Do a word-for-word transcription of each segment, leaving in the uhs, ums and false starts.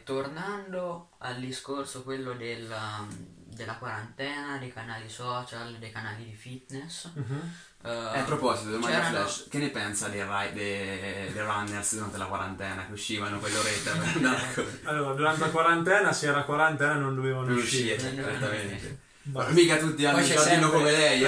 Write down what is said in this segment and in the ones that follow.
E tornando al discorso quello della, della quarantena, dei canali social, dei canali di fitness. Uh-huh. Uh, eh, a proposito, domanda c'erano... flash, che ne pensa dei, dei, dei runners durante la quarantena che uscivano quell'oretta per andare a correre? Allora, durante la quarantena, se era quarantena non dovevano Non uscire. uscire, certamente. Ma mica tutti hanno il giardino sempre... come lei,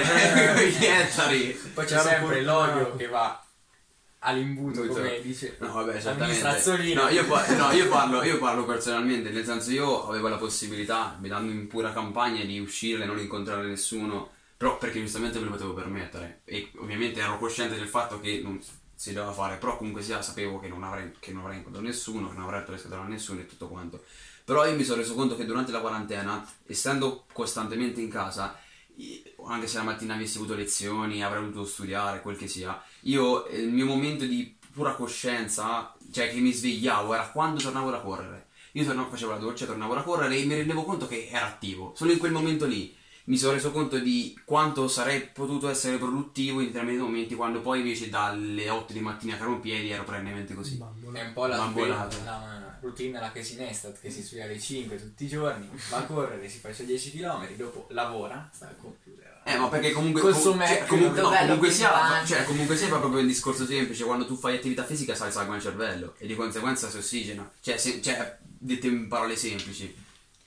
eh? Poi c'è C'era sempre fortunato. l'olio che va all'imbuto, Imbuto. come dice No, vabbè, certamente. l'amministrazione. No, io, pa- no, io parlo, io parlo personalmente, nel senso, io avevo la possibilità, abitando in pura campagna, di uscire e non incontrare nessuno, però perché giustamente me lo potevo permettere, e ovviamente ero cosciente del fatto che non si doveva fare, però comunque sia sapevo che non avrei, che non avrei incontrato nessuno, che non avrei rischiato a nessuno e tutto quanto. Però io mi sono reso conto che durante la quarantena, essendo costantemente in casa, anche se la mattina avessi avuto lezioni, avrei dovuto studiare, quel che sia, io il mio momento di pura coscienza, cioè che mi svegliavo, era quando tornavo da correre. Io tornavo, facevo la doccia, tornavo da correre e mi rendevo conto che era attivo. Solo in quel momento lì mi sono reso conto di quanto sarei potuto essere produttivo in determinati momenti, quando poi invece dalle otto di mattina che ero in piedi ero perennemente così. Bambola. È un po' la, Bambolata. la routine alla Casey Neistat, che si studia alle cinque tutti i giorni, va a correre, si faccia dieci chilometri, dopo lavora, sta al computer. Eh, ma perché comunque, Col com- suo cioè, Mac, comunque, no, bello, comunque sia, brillante. cioè, comunque sia fa proprio il discorso semplice, quando tu fai attività fisica sale sangue al cervello e di conseguenza si ossigena, cioè, se, cioè dette in parole semplici.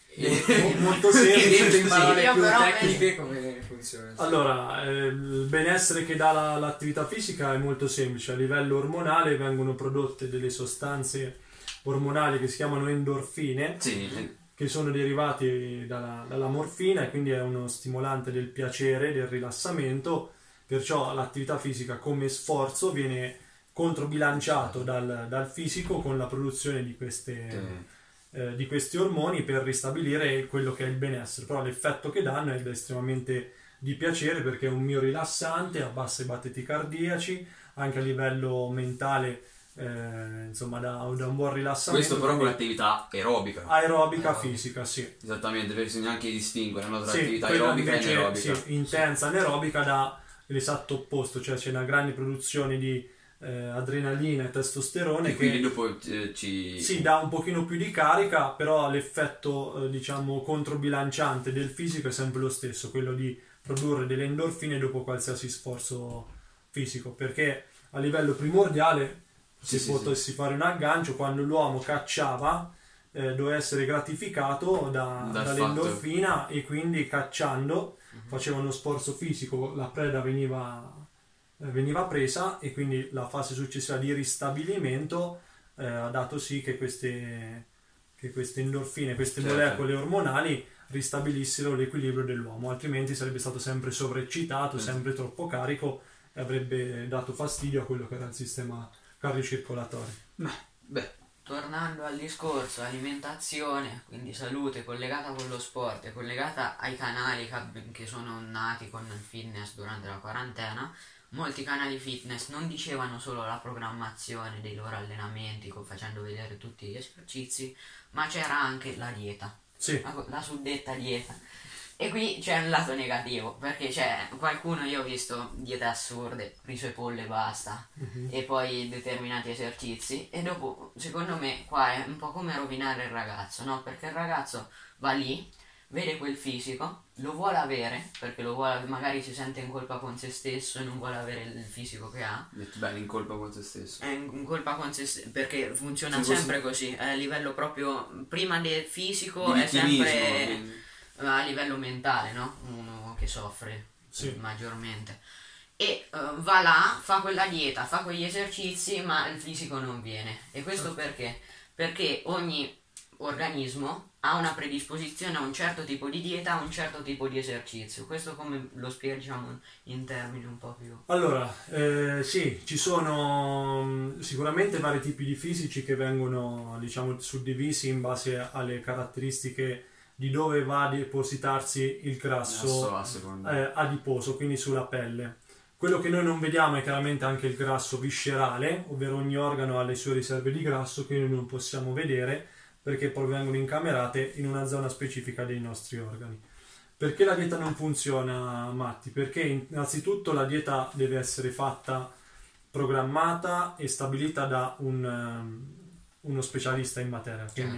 Mo- molto Detto semplice. in parole Io più però tecniche come funziona? Allora, eh, il benessere che dà la- l'attività fisica è molto semplice. A livello ormonale vengono prodotte delle sostanze ormonali che si chiamano endorfine, Sì, che sono derivati dalla, dalla morfina, e quindi è uno stimolante del piacere, del rilassamento. Perciò l'attività fisica come sforzo viene controbilanciato dal, dal fisico con la produzione di queste... sì. Eh, di questi ormoni per ristabilire quello che è il benessere. Però l'effetto che danno è estremamente di piacere, perché è un mio rilassante, abbassa i battiti cardiaci, anche a livello mentale, eh, insomma da, da un buon rilassamento. Questo però con l'attività aerobica. Aerobica Aerobica. fisica, sì. Esattamente, perché bisogna anche distinguere, no, tra Sì, attività quella aerobica invece, e anaerobica. sì, intensa anaerobica dà l'esatto opposto, cioè c'è una grande produzione di eh, adrenalina e testosterone E quindi che dopo eh, ci... sì, dà un pochino più di carica, però l'effetto eh, diciamo controbilanciante del fisico è sempre lo stesso, quello di produrre delle endorfine dopo qualsiasi sforzo fisico, perché a livello primordiale, se Sì, sì, potessi fare un aggancio, quando l'uomo cacciava eh, doveva essere gratificato da, Dal dall'endorfina, e quindi cacciando faceva uno sforzo fisico, la preda veniva, eh, veniva presa, e quindi la fase successiva di ristabilimento eh, ha dato sì che queste, che queste endorfine, queste Certo. molecole ormonali ristabilissero l'equilibrio dell'uomo, altrimenti sarebbe stato sempre sovreccitato, Certo. sempre troppo carico, e avrebbe dato fastidio a quello che era il sistema cardiocircolatorio. Beh, Tornando al discorso alimentazione, quindi salute collegata con lo sport e collegata ai canali che- che sono nati con il fitness durante la quarantena, molti canali fitness non dicevano solo la programmazione dei loro allenamenti, co- facendo vedere tutti gli esercizi, ma c'era anche la dieta, Sì, la, la suddetta dieta. E qui c'è un lato negativo, perché c'è qualcuno, io ho visto diete assurde, riso e pollo e basta, e poi determinati esercizi, e dopo, secondo me, qua è un po' come rovinare il ragazzo, no? Perché il ragazzo va lì, vede quel fisico, lo vuole avere, perché lo vuole, magari si sente in colpa con se stesso e non vuole avere il fisico che ha, metti bene in colpa con te stesso. è in in colpa con se stesso, perché funziona Sì, sempre così, a livello proprio, prima del fisico Di è vittimismo, sempre quindi. a livello mentale, no? Uno che soffre Sì. maggiormente. E eh, va là, fa quella dieta, fa quegli esercizi, ma il fisico non viene. E questo perché? Perché ogni organismo ha una predisposizione a un certo tipo di dieta, a un certo tipo di esercizio. Questo come lo spieghiamo in termini un po' più... allora, eh, sì, ci sono mh, sicuramente vari tipi di fisici che vengono, diciamo, suddivisi in base alle caratteristiche di dove va a depositarsi il grasso a seconda. eh, adiposo, quindi sulla pelle. Quello che noi non vediamo è chiaramente anche il grasso viscerale, ovvero ogni organo ha le sue riserve di grasso che noi non possiamo vedere, perché poi vengono incamerate in una zona specifica dei nostri organi. Perché la dieta non funziona, Matti? Perché innanzitutto la dieta deve essere fatta, programmata e stabilita da un, um, uno specialista in materia, quindi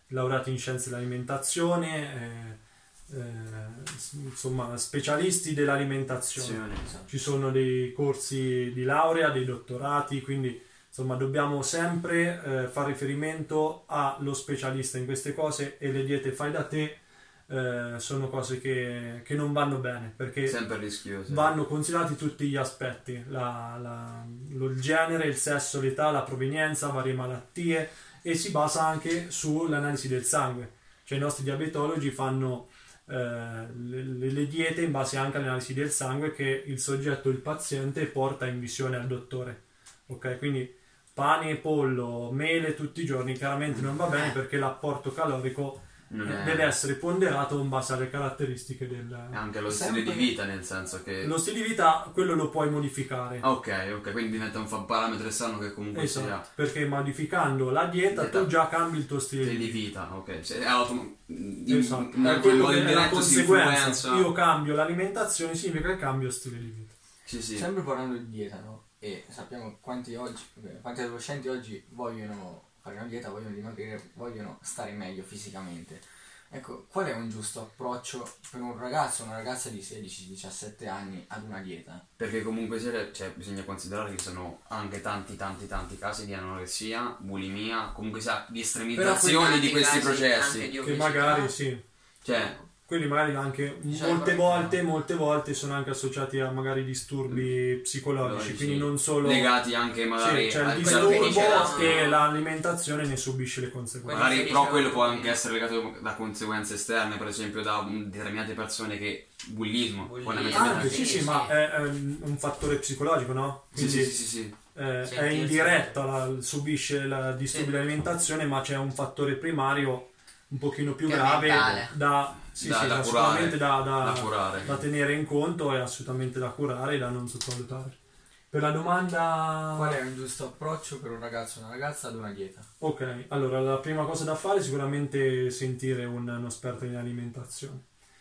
laureati in scienze dell'alimentazione, eh, eh, insomma specialisti dell'alimentazione. Ci sono dei corsi di laurea, dei dottorati, quindi insomma dobbiamo sempre eh, fare riferimento allo specialista in queste cose, e le diete fai da te eh, sono cose che, che non vanno bene, perché sempre rischiose. Vanno considerati tutti gli aspetti, la, la, lo, il genere, il sesso, l'età, la provenienza, varie malattie, e si basa anche sull'analisi del sangue. Cioè i nostri diabetologi fanno eh, le, le diete in base anche all'analisi del sangue che il soggetto, il paziente, porta in visione al dottore. Ok, quindi pane e pollo, mele tutti i giorni chiaramente non va bene, perché l'apporto calorico non è... deve essere ponderato in base alle caratteristiche del... Anche lo sempre... stile di vita, nel senso che... Lo stile di vita, quello lo puoi modificare. Ok, ok, quindi diventa un parametro esterno che comunque esatto, sia... perché modificando la dieta, dieta tu già cambi il tuo stile, stile di vita. vita. Ok, cioè, è autom... esatto. in, è quello che è la conseguenza. conseguenza. Io cambio l'alimentazione, significa che cambio stile di vita. Sì, sì. Sempre parlando di dieta, no? E sappiamo quanti oggi, quanti adolescenti oggi vogliono fare una dieta, vogliono dimagrire, vogliono stare meglio fisicamente. Ecco, qual è un giusto approccio per un ragazzo o una ragazza di sedici diciassette anni ad una dieta? Perché comunque cioè, bisogna considerare che ci sono anche tanti tanti tanti casi di anoressia, bulimia, comunque sia di estremizzazione di questi processi. Che magari sì. Cioè, quelli magari anche molte volte, molte volte sono anche associati a magari disturbi psicologici, sì, quindi non solo legati anche magari sì, cioè al il disturbo certo e l'alimentazione ne subisce le conseguenze. Magari però quello può anche essere legato da conseguenze esterne, per esempio da determinate persone che bullismo, fondamentalmente. Ah, sì, sì, sì, ma è, è un fattore psicologico, no? Quindi, sì, sì, sì, sì. Eh, è indiretta, la, subisce il disturbo sì. dell'alimentazione, ma c'è un fattore primario un pochino più che grave da, sì, da, sì, da, da, curare, da, da, da, curare. da tenere in conto e assolutamente da curare e da non sottovalutare. Per la domanda... Qual è un giusto approccio per un ragazzo o una ragazza ad una dieta? Ok, allora la prima cosa da fare è sicuramente sentire un, uno esperto in alimentazione.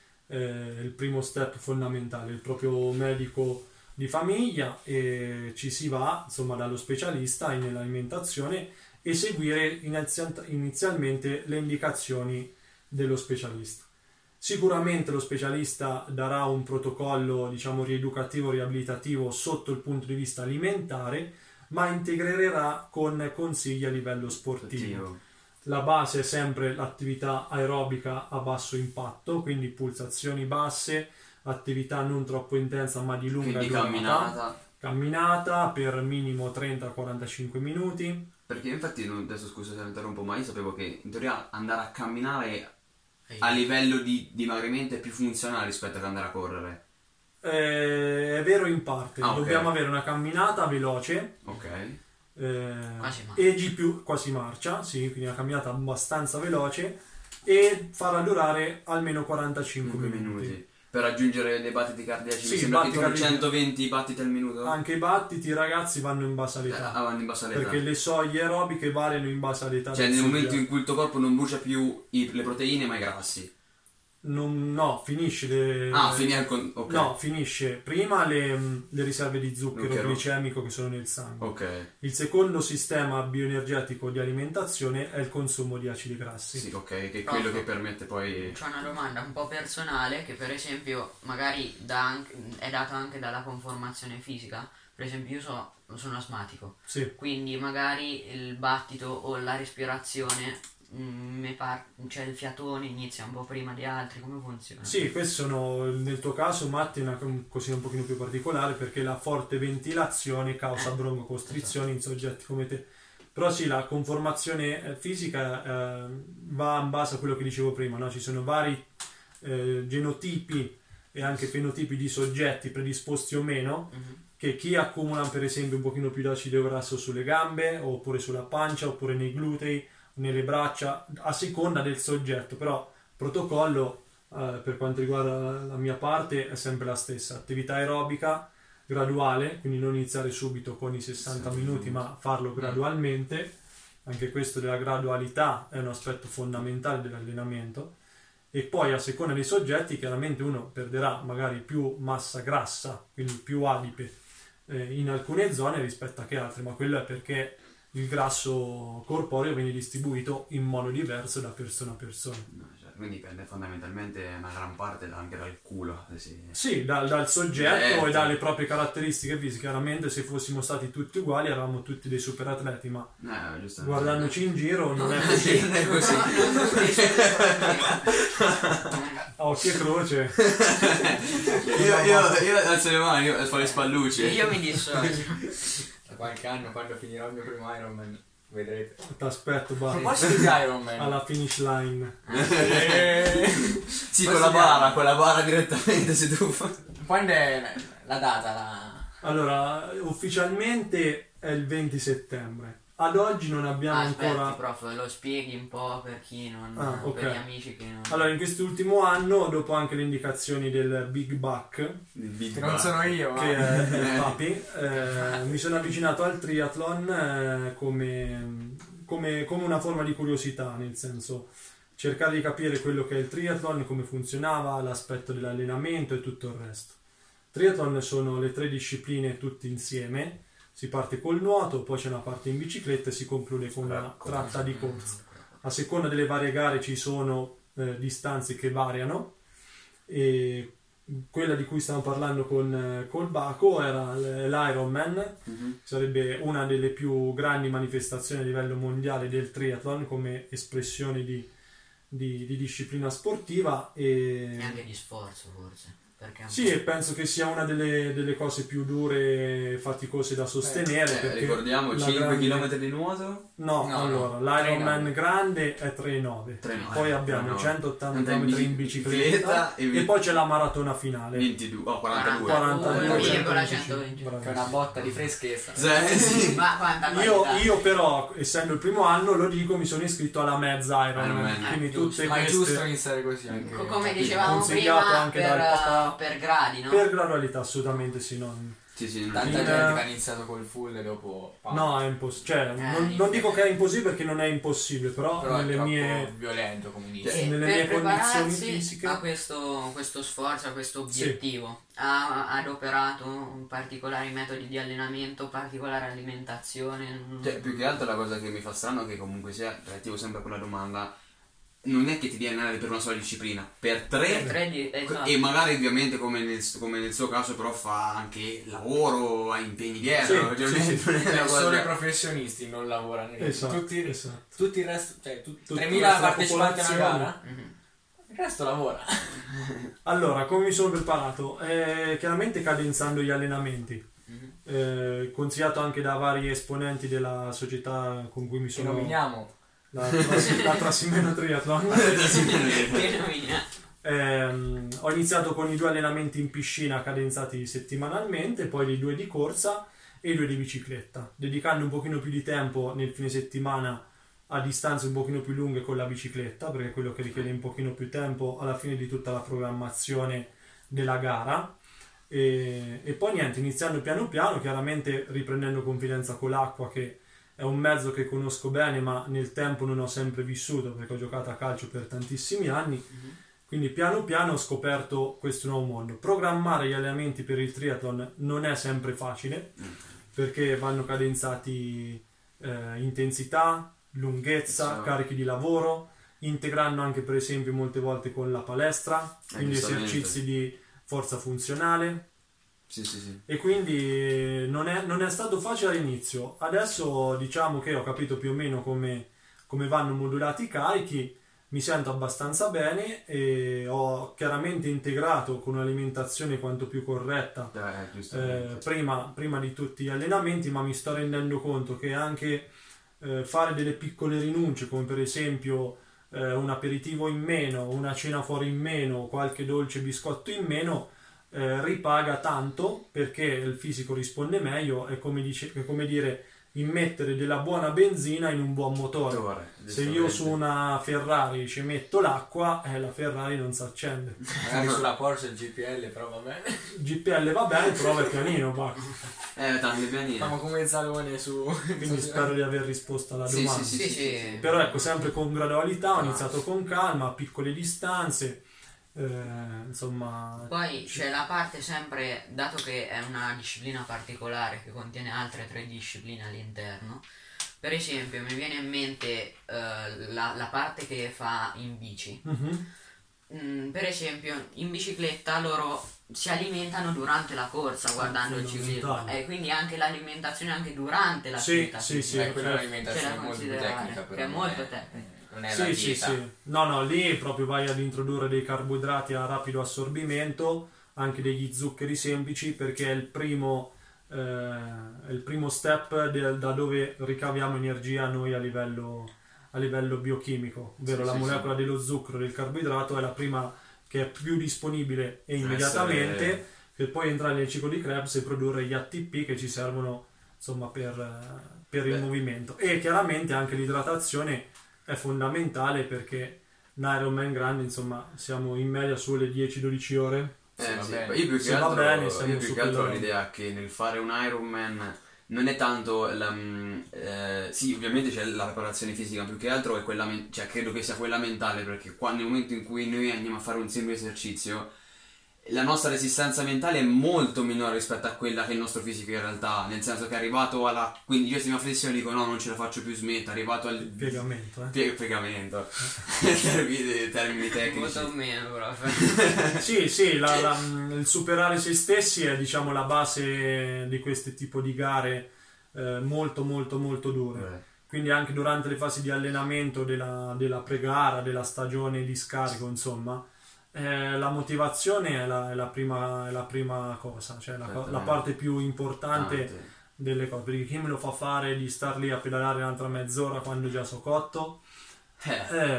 Eh, il primo step fondamentale, il proprio medico di famiglia, e ci si va insomma dallo specialista in alimentazione e seguire inizialmente le indicazioni dello specialista. Sicuramente lo specialista darà un protocollo, diciamo, rieducativo, riabilitativo sotto il punto di vista alimentare, ma integrerà con consigli a livello sportivo. La base è sempre l'attività aerobica a basso impatto, quindi pulsazioni basse, attività non troppo intensa ma di lunga durata, camminata. camminata per minimo trenta quarantacinque minuti. Perché infatti, adesso scusa se interrompo, ma io sapevo che in teoria andare a camminare a livello di dimagrimento è più funzionale rispetto ad andare a correre. Eh, è vero in parte, ah, okay. Dobbiamo avere una camminata veloce. Ok. Eh, e G più quasi marcia, sì, quindi una camminata abbastanza veloce, e farla durare almeno quarantacinque minuti. minuti. Per raggiungere dei battiti cardiaci, sì, mi sembra che sono centoventi battiti al minuto. Anche i battiti, ragazzi, vanno in base all'età. Eh, vanno in base all'età. Perché le soglie aerobiche variano in base all'età. Cioè nel momento in cui il tuo corpo non brucia più i, le proteine ma i grassi. Non, no, finisce le... Ah, finisce con... okay. No, finisce prima le, le riserve di zucchero Zucchero. glicemico che sono nel sangue. Ok. Il secondo sistema bioenergetico di alimentazione è il consumo di acidi grassi. Sì, ok, che è quello oh, che permette poi... C'ho una domanda un po' personale che per esempio magari da anche, è data anche dalla conformazione fisica. Per esempio io so, sono asmatico, sì. Quindi magari il battito o la respirazione... Mi par- cioè il fiatone inizia un po' prima di altri, come funziona? Sì, questo sono, nel tuo caso Matti, è una cosina un pochino più particolare perché la forte ventilazione causa eh, broncocostrizioni esatto. in soggetti come te. Però sì, la conformazione fisica eh, va in base a quello che dicevo prima, no? Ci sono vari eh, genotipi e anche fenotipi di soggetti predisposti o meno, mm-hmm. che chi accumula per esempio un pochino più d'acido grasso sulle gambe, oppure sulla pancia, oppure nei glutei, nelle braccia, a seconda del soggetto. Però il protocollo eh, per quanto riguarda la mia parte è sempre la stessa: attività aerobica graduale, quindi non iniziare subito con i sessanta sì, minuti, ma farlo gradualmente. Anche questo della gradualità è un aspetto fondamentale dell'allenamento. E poi a seconda dei soggetti chiaramente uno perderà magari più massa grassa, quindi più adipe eh, in alcune zone rispetto a che altre, ma quello è perché il grasso corporeo viene distribuito in modo diverso da persona a persona. No, cioè, quindi dipende fondamentalmente una gran parte da- anche dal culo. Se si... Sì, dal, dal soggetto Certo. e dalle proprie caratteristiche fisiche. Chiaramente se fossimo stati tutti uguali eravamo tutti dei super atleti, ma Eh, giusto. guardandoci in giro non è così. Non è così. A occhio e croce. io, io, io alzo le mani, io faccio le spallucce. Io mi dissocio. Tra qualche anno, quando finirò il mio primo Ironman, vedrete. T'aspetto, A Bari, proposito di Ironman, alla finish line. eh, Sì, con la bara, con la bara direttamente se tu fai. quando è la, la data? La... Allora, ufficialmente è il venti settembre. Ad oggi non abbiamo Aspetti, ancora... prof, lo spieghi un po' per chi non... Ah, ok. per gli amici che non... Allora, in quest'ultimo anno, dopo anche le indicazioni del Big Buck, Il Big Che non Bang. sono io, ma... che è il Papi, eh, mi sono avvicinato al triathlon eh, come, come, come una forma di curiosità, nel senso cercare di capire quello che è il triathlon, come funzionava, l'aspetto dell'allenamento e tutto il resto. Triathlon sono le tre discipline tutte insieme, si parte col nuoto, poi c'è una parte in bicicletta e si conclude con una tratta di corsa. A seconda delle varie gare ci sono eh, distanze che variano e quella di cui stiamo parlando con eh, col Baco era l- l'Ironman, Mhm. sarebbe una delle più grandi manifestazioni a livello mondiale del triathlon come espressione di, di- di disciplina sportiva e E anche di sforzo, forse. Perché è un sì, e penso che sia una delle, delle cose più dure e faticose da sostenere. Eh, perché ricordiamo la cinque grande- chilometri di nuoto. No, No, allora, no, l'Ironman tre virgola nove. grande è tre virgola nove, tre virgola nove. poi abbiamo tre virgola nove. centottanta chilometri in bicicletta e e poi c'è la maratona finale. ventidue, oh, quarantadue. quarantadue, quarantadue, centoventicinque. centoventi. Che è una botta di freschezza. Sì, sì. Ma quanta Io, qualità. io però, essendo il primo anno, lo dico, mi sono iscritto alla mezza Ironman, Ironman, quindi eh, giusto. tutte Ma è queste giusto iniziare così anche. Co- Come dicevamo Consigliato prima, anche per, dal papà. per gradi, no? per gradualità assolutamente sì, no. Sì, sì, non Tanta In- gente che ha iniziato col full e dopo... pa. No, è impossibile. Cioè, Eh, non, non infatti. dico che è impossibile perché non è impossibile, però, Però è nelle troppo mie violento come inizio. Sì. E nelle per mie condizioni prepararsi fisiche- a questo, questo sforzo, a questo obiettivo, ha ha adoperato particolari metodi di allenamento, particolare alimentazione. Cioè, più che altro la cosa che mi fa strano è che comunque sia, relativo sempre a quella domanda, non è che ti devi allenare per una sola disciplina, per tre, Per tre di- esatto. e magari ovviamente come nel, come nel suo caso però fa anche lavoro, ha impegni dietro, Sì, cioè, sì, non è- sì. non è una Cioè, solo i cosa... professionisti non lavorano. Esatto, tutti, esatto. tutti il resto, cioè tu- Tutto il tremila resto della partecipanti a una popolazione. gara, Mhm. il resto lavora. Allora, come mi sono preparato? Eh, chiaramente cadenzando gli allenamenti, Mhm. eh, consigliato anche da vari esponenti della società con cui mi Ci sono... nominiamo. La, Tras- la Trasimeno Triathlon. Che nomina. Ehm, ho iniziato con i due allenamenti in piscina cadenzati settimanalmente, poi i due di corsa e i due di bicicletta, dedicando un pochino più di tempo nel fine settimana a distanze un pochino più lunghe con la bicicletta, perché è quello che richiede un pochino più tempo alla fine di tutta la programmazione della gara. E, e poi niente, iniziando piano piano, chiaramente riprendendo confidenza con l'acqua, che è un mezzo che conosco bene, ma nel tempo non ho sempre vissuto perché ho giocato a calcio per tantissimi anni. Quindi piano piano ho scoperto questo nuovo mondo. Programmare gli allenamenti per il triathlon non è sempre facile perché vanno cadenzati eh, intensità, lunghezza, Sì. carichi di lavoro, integrando anche per esempio molte volte con la palestra, Eh, quindi giustamente. esercizi di forza funzionale. Sì, sì, sì. E quindi non è, non è stato facile all'inizio. Adesso diciamo che ho capito più o meno come, come vanno modulati i carichi, mi sento abbastanza bene e ho chiaramente integrato con un'alimentazione quanto più corretta Eh, eh, giustamente. prima, prima di tutti gli allenamenti, ma mi sto rendendo conto che anche eh, fare delle piccole rinunce, come per esempio eh, un aperitivo in meno, una cena fuori in meno, qualche dolce biscotto in meno, eh, ripaga tanto perché il fisico risponde meglio. È come, dice, è come dire immettere della buona benzina in un buon motore. Motore, Se io su una Ferrari ci metto l'acqua, eh, la Ferrari non si accende. Magari sulla Porsche il G P L, però va bene. G P L va bene, però è pianino, va. Eh, tanti pianini. Siamo come Zalone su... Quindi spero di aver risposto alla Sì, domanda. sì, Sì, sì. Però ecco, sempre con gradualità, ho Ah. iniziato con calma, a piccole distanze, eh, insomma... Poi c'è la parte sempre, dato che è una disciplina particolare che contiene altre tre discipline all'interno, per esempio mi viene in mente eh, la, la parte che fa in bici. Mhm. Mm, per esempio in bicicletta loro si alimentano durante la corsa guardando il ciclismo fondamentale. e quindi anche l'alimentazione anche durante Sì, l'attività sì, sì. Eh, quella è certo. un'alimentazione C'è da molto più considerare, tecnica, però che è non molto è- tecnica. non è la Sì, sì, dieta. sì. No, no, lì proprio vai ad introdurre dei carboidrati a rapido assorbimento, anche degli zuccheri semplici, perché è il primo, eh, è il primo step de- da dove ricaviamo energia noi a livello, a livello biochimico, ovvero Sì, la sì, molecola dello zucchero, del carboidrato, è la prima che è più disponibile e immediatamente, essere- per poi entrare nel ciclo di Krebs e produrre gli A T P che ci servono insomma per, eh, per il Beh. movimento. E chiaramente anche l'idratazione è fondamentale, perché un Ironman grande, insomma, siamo in media sulle dieci dodici ore. Eh, Sì, va sì, bene. io più che Se va altro, bene, siamo io più su che altro ho quello- l'idea che nel fare un Ironman non è tanto la, mm, eh, sì, ovviamente c'è la preparazione fisica, più che altro è quella men- cioè credo che sia quella mentale, perché quando, nel momento in cui noi andiamo a fare un singolo esercizio la nostra resistenza mentale è molto minore rispetto a quella che il nostro fisico in realtà ha, nel senso che è arrivato alla quindicesima flessione dico no, non ce la faccio più, smetto, è arrivato al Piegamento, eh. pie- piegamento termini, termini tecnici. Molto meno proprio. Sì, sì, la- la- il superare se stessi è, diciamo, la base di questo tipo di gare eh, molto molto molto dure. Eh. Quindi anche durante le fasi di allenamento della, della pre-gara, della stagione di scarico, insomma, eh, la motivazione è la, è la prima, è la prima cosa, cioè la, la parte più importante Tante. delle cose, perché chi me lo fa fare di star lì a pedalare un'altra mezz'ora quando già so cotto? Eh, Eh,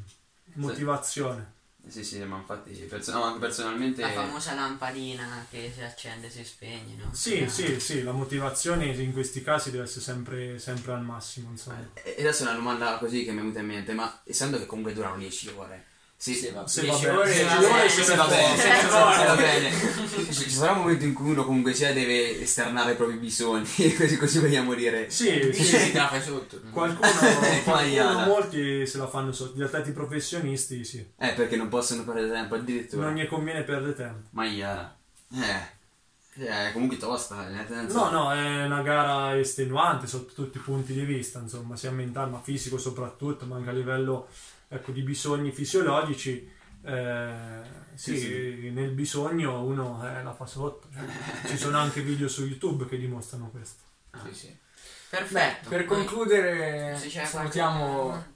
motivazione. sì sì, ma infatti perso- no, anche personalmente La famosa lampadina che si accende e si spegne, no? Sì, Ah. sì, sì, la motivazione in questi casi deve essere sempre, sempre al massimo, insomma. E adesso è una domanda così che mi è venuta in mente, ma essendo che comunque durano dieci ore, sì, Sì, va- Se dieci va bene, ore- se va ci vuole, bene, se sì, ne va bene, fa. se ne va, va bene. Ci, ci sarà un momento in cui uno comunque sia deve esternare i propri bisogni, così, così vogliamo dire. Sì, Sì, sì, sì, te la fai sotto. qualcuno, qualcuno Maiala. molti se la fanno sotto, gli atleti professionisti, sì. Eh, perché non possono perdere tempo addirittura. Non gli conviene perdere tempo. Maiala. Eh. Eh, comunque tosta, nel senso- No, no, è una gara estenuante sotto tutti i punti di vista, insomma, sia mentale ma fisico soprattutto, ma anche a livello, ecco, di bisogni fisiologici. Eh, sì, Sì, sì. nel bisogno uno eh, la fa sotto. Cioè, ci sono anche video su YouTube che dimostrano questo. Sì, sì. Perfetto. Per Poi- concludere, se c'è salutiamo. qualche-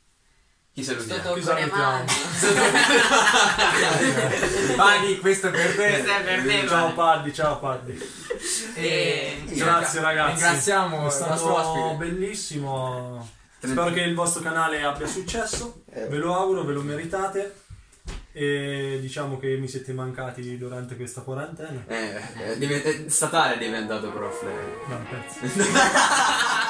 Chi Sto salutiamo? Chi toccare salutiamo? mano. Pani, questo è per te. Questo è per te, Ciao Vale. Paddy, ciao Paddy. E- Grazie ragazzi. Ringraziamo è il nostro stato ospite. bellissimo. Spero che il vostro canale abbia successo. Ve lo auguro, ve lo meritate. E diciamo che mi siete mancati durante questa quarantena. Eh, eh, diventa- statale è diventato prof. lei. No, un pezzo.